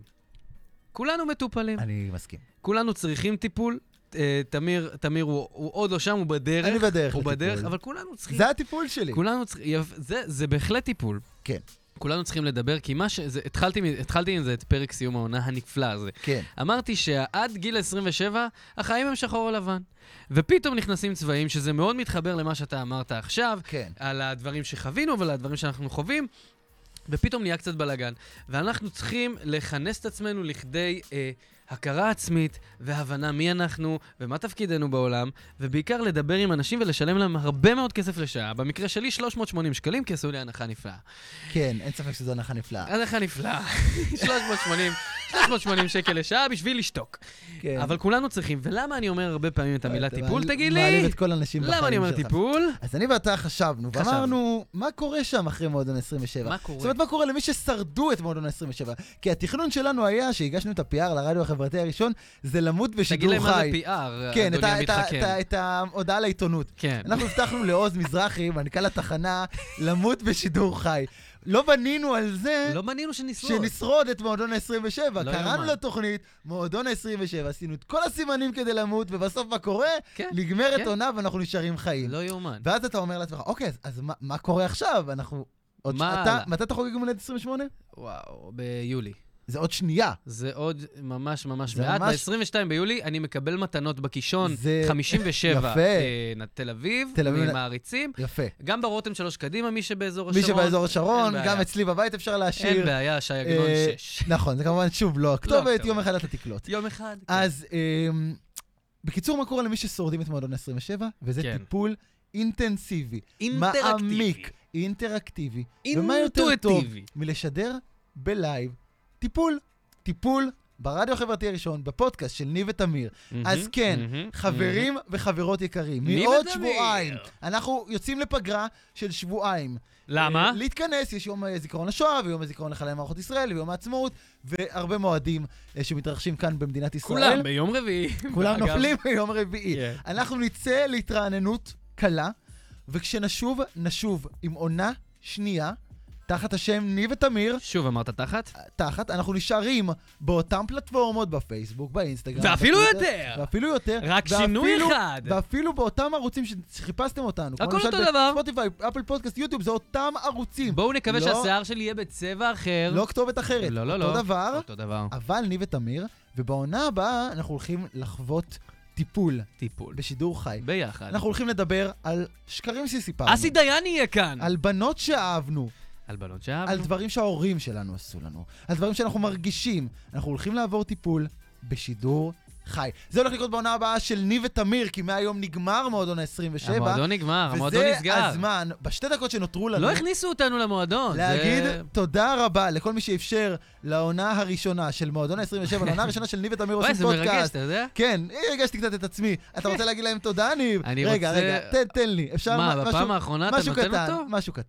כולנו מטופלים. אני מסכים. כולנו צריכים טיפול. אה, תמיר, תמיר הוא, הוא עוד לא שם, הוא בדרך. אני בדרך הוא לטיפול. בדרך, אבל כולנו צריכים... זה הטיפול שלי. כולנו צריכים... זה, זה בהחלט טיפול. כן, כולנו צריכים לדבר, כי מה ש... זה, התחלתי, מ- התחלתי עם זה את פרק סיום העונה הנפלא הזה. כן. אמרתי שעד גיל עשרים ושבע, החיים הם שחור או לבן. ופתאום נכנסים צבעים, שזה מאוד מתחבר למה שאתה אמרת עכשיו, כן. על הדברים שחווינו ועל הדברים שאנחנו חווים, ופתאום נהיה קצת בלגן. ואנחנו צריכים לכנס את עצמנו לכדי אה, הכרה עצמית והבנה מי אנחנו ומה תפקידנו בעולם, ובעיקר לדבר עם אנשים ולשלם להם הרבה מאוד כסף לשעה. במקרה שלי שלוש מאות ושמונים שקלים, כי עשו לי הנחה נפלאה. כן, אין ספק שזו הנחה נפלאה. הנחה נפלאה. שלוש מאות ושמונים, שלוש מאות ושמונים שקל לשעה בשביל לשתוק. כן. אבל כולנו צריכים, ולמה אני אומר הרבה פעמים את המילה אתה טיפול? מעל- תגיד מעלים לי, את כל האנשים בחיים למה אני אומר שלך. טיפול? אז אני ואתה חשבנו, חשבנו. ואמרנו, מה קורה שם אחרי מועדון עשרים ושבע? מה קורה? זאת אומרת, מה קורה למי ששרדו את מועדון עשרים ושבע? כי התכנון שלנו היה שהגשנו את ה-פי אר לרדיו החברתי הראשון, זה למות בשידור תגיד להם מה זה חי. פי אר, כן, את אדוני ה- את ה- המתחכם. את ה- את ההודעה לעיתונות. כן. אנחנו הבטחנו לעוז מזרחי, מנכ"ל התחנה, למות בשידור חי. לא בנינו על זה לא מנינו שנשרוד. שנשרוד את מועדון ה-עשרים ושבע. לא קראנו יאמן. לתוכנית מועדון ה-עשרים ושבע, עשינו את כל הסימנים כדי למות, ובסוף מה קורה? כן, נגמרת כן. עונה ואנחנו נשארים חיים. לא יאומן. ואז אתה אומר לעצמך, אוקיי, אז- אז מה- מה קורה עכשיו? אנחנו... עוד מה ש- אתה- הלאה? מתי אתה חוגג יום הולדת עשרים ושמונה? וואו, ביולי. זה עוד שנייה. זה עוד ממש ממש זה מעט. ממש- ב-עשרים ושניים ביולי אני מקבל מתנות בקישון, זה- חמישים ושבע יפה. אה, תל אביב, תל אביב. ממעריצים. יפה. גם ברותם שלוש קדימה, מי שבאזור מי השרון. שבאזור השרון, אין גם בעיה. אצלי בבית אפשר אין להשאיר. בעיה, שי עגנון אה, שש. נכון, זה כמובן שוב לא הכתובת, הכתובת. יום אחד אתה תקלוט. יום אחד. כן. אז אמ, בקיצור, מה קורה למי ששורדים את מועדון ה-עשרים ושבע? וזה כן. טיפול אינטנסיבי, אינטראקטיבי. מעמיק, אינטראקטיבי. ומה יותר טוב אינטואיטיבי. מלשדר בלייב טיפול, טיפול ברדיו החברתי הראשון, בפודקאסט של ניב ותמיר. אז כן, מהמם, חברים וחברות יקרים, ניב מעוד ותמיר. שבועיים, אנחנו יוצאים לפגרה של שבועיים. למה? אה, להתכנס, יש יום אה, זיכרון השואה, ויום הזיכרון לחללי מערכות ישראל, ויום העצמאות, והרבה מועדים אה, שמתרחשים כאן במדינת ישראל. כולם ביום רביעי. כולם אגב. נופלים ביום רביעי. כן. אנחנו נצא להתרעננות קלה, וכשנשוב, נשוב עם עונה שנייה, תחת השם ניב ותמיר, שוב אמרת תחת? תחת, אנחנו נשארים באותן פלטפורמות, בפייסבוק, באינסטגרם. ואפילו בטוויטר, יותר. ואפילו יותר. רק שינוי ואפילו- אחד. ואפילו באותם ערוצים שחיפשתם אותנו. כמו הכל למשל אותו דבר. בספוטיפיי, אפל פודקאסט, יוטיוב, זה אותם ערוצים. בואו נקווה לא- שהשיער שלי יהיה בצבע אחר. לא כתובת אחרת. לא, לא, לא. אותו דבר, אותו דבר. אבל ניב ותמיר, ובעונה הבאה אנחנו הולכים לחוות טיפול טיפול. בשידור חי. ביחד. אנחנו הולכים לדבר על שקרים שסיפרנו. אסי דיין יהיה כאן. על בנות שאהבנו, על בנות שאהבנו. על דברים שההורים שלנו עשו לנו, על דברים שאנחנו מרגישים. אנחנו הולכים לעבור טיפול בשידור חי. זה הולך לקרות בעונה הבאה של ניב ותמיר, כי מהיום נגמר מועדון ה-עשרים ושבע. המועדון נגמר, המועדון וזה נסגר. הזמן, בשתי דקות שנותרו לנו, לא הכניסו אותנו למועדון. להגיד זה- תודה רבה לכל מי שאפשר לעונה הראשונה של מועדון ה-עשרים ושבע, לעונה הראשונה של ניב ותמיר וואי, עושים זה מרגש, פודקאסט. אתה יודע? כן, הרגשתי קצת את עצמי. אתה רוצה להגיד להם תודה, ניב? אני רגע, רוצה- רגע, תן, תן לי. אפשר מה, משהו- בפעם האחרונה אתה משהו נותן קטן, אותו? משהו קטן.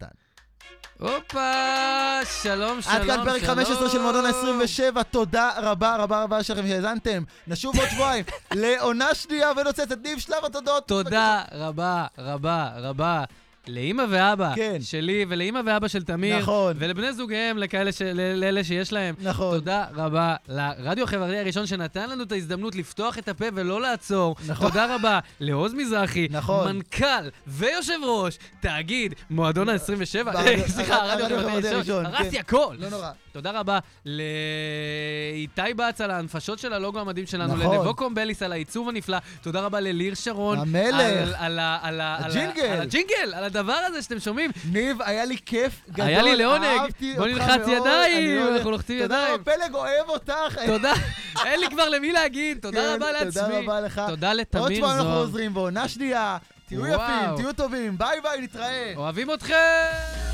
הופה, שלום, שלום, עד כאן פרק שלום. חמש עשרה של מועדון ה-עשרים ושבע, תודה רבה רבה רבה שלכם שהאזנתם. נשוב עוד שבועיים לעונה שנייה ונוצצת. ניב, שלב התודות. תודה רבה, רבה, רבה. לאמא ואבא כן. שלי, ולאמא ואבא של תמיר, נכון. ולבני זוגיהם, לכאלה ש... לאלה שיש להם. נכון. תודה רבה לרדיו החברתי הראשון שנתן לנו את ההזדמנות לפתוח את הפה ולא לעצור. נכון. תודה רבה לעוז מזרחי, נכון. מנכ"ל ויושב ראש תאגיד מועדון ה-עשרים ושבע. ברדיו- סליחה, הרדיו הרדיו החברתי החברתי הראשון. הראשון, הרסתי כן. הכל. לא נורא. תודה רבה לאיתי בץ על ההנפשות של הלוגו המדהים שלנו, נכון. לנבו קומבליס על העיצוב הנפלא, תודה רבה לליר שרון. המלך. על- על ה- על ה- על ה- הג'ינגל. על הג'ינגל, על הדבר הזה שאתם שומעים. ניב, היה לי כיף גדול. היה לי לעונג. אהבתי בוא אותך נלחץ מאוד. ידיים, אני אנחנו לוחצים תודה ידיים. רבה, פלג אוהב אותך. תודה, אין לי כבר למי להגיד, תודה כן, רבה לעצמי. תודה רבה לך. תודה עוד לתמיר שבועיים אנחנו זוהר. חוזרים בעונה שנייה. תהיו וואו. יפים, תהיו טובים. ביי ביי, נתראה. אוהבים אתכם!